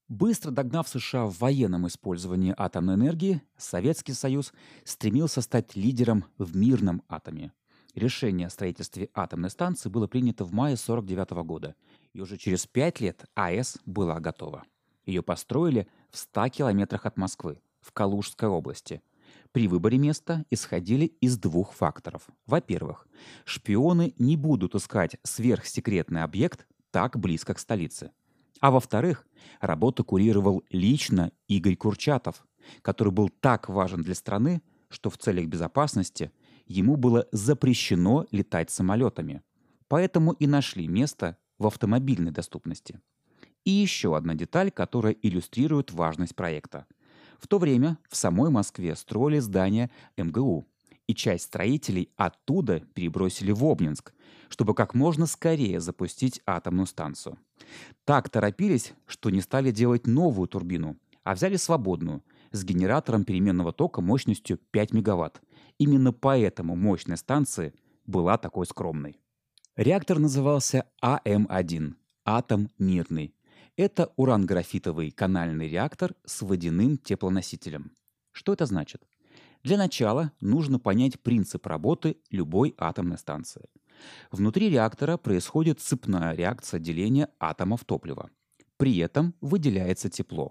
Быстро догнав США в военном использовании атомной энергии, Советский Союз стремился стать лидером в мирном атоме. Решение о строительстве атомной станции было принято в мае 1949 года, и уже через 5 лет АЭС была готова. Ее построили в 100 километрах от Москвы, в Калужской области. При выборе места исходили из двух факторов. Во-первых, шпионы не будут искать сверхсекретный объект так близко к столице. А во-вторых, работу курировал лично Игорь Курчатов, который был так важен для страны, что в целях безопасности ему было запрещено летать самолетами. Поэтому и нашли место в автомобильной доступности. И еще одна деталь, которая иллюстрирует важность проекта. В то время в самой Москве строили здание МГУ, и часть строителей оттуда перебросили в Обнинск, чтобы как можно скорее запустить атомную станцию. Так торопились, что не стали делать новую турбину, а взяли свободную, с генератором переменного тока мощностью 5 мегаватт. Именно поэтому мощность станции была такой скромной. Реактор назывался АМ-1– «Атом мирный». Это уран-графитовый канальный реактор с водяным теплоносителем. Что это значит? Для начала нужно понять принцип работы любой атомной станции. Внутри реактора происходит цепная реакция деления атомов топлива. При этом выделяется тепло.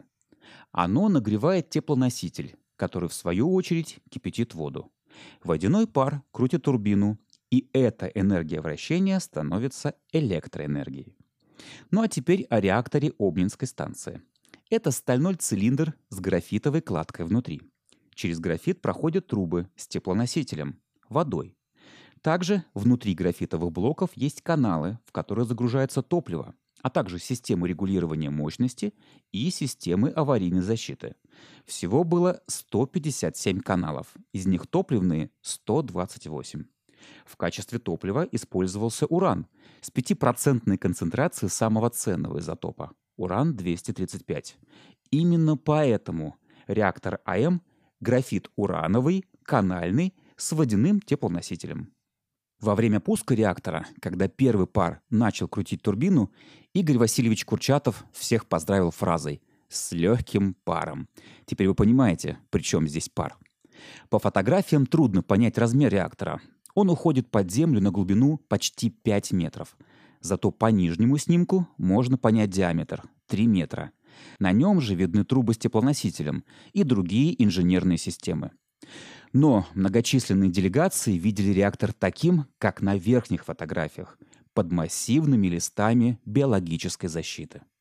Оно нагревает теплоноситель, который в свою очередь кипятит воду. Водяной пар крутит турбину, и эта энергия вращения становится электроэнергией. Ну а теперь о реакторе Обнинской станции. Это стальной цилиндр с графитовой кладкой внутри. Через графит проходят трубы с теплоносителем, водой. Также внутри графитовых блоков есть каналы, в которые загружается топливо, а также системы регулирования мощности и системы аварийной защиты. Всего было 157 каналов, из них топливные 128. В качестве топлива использовался уран с 5% концентрацией самого ценного изотопа– уран-235. Именно поэтому реактор АМ– графит урановый, канальный, с водяным теплоносителем. Во время пуска реактора, когда первый пар начал крутить турбину, Игорь Васильевич Курчатов всех поздравил фразой «с легким паром». Теперь вы понимаете, при чем здесь пар. По фотографиям трудно понять размер реактора. Он уходит под землю на глубину почти 5 метров. Зато по нижнему снимку можно понять диаметр – 3 метра. На нем же видны трубы с теплоносителем и другие инженерные системы. Но многочисленные делегации видели реактор таким, как на верхних фотографиях, под массивными листами биологической защиты.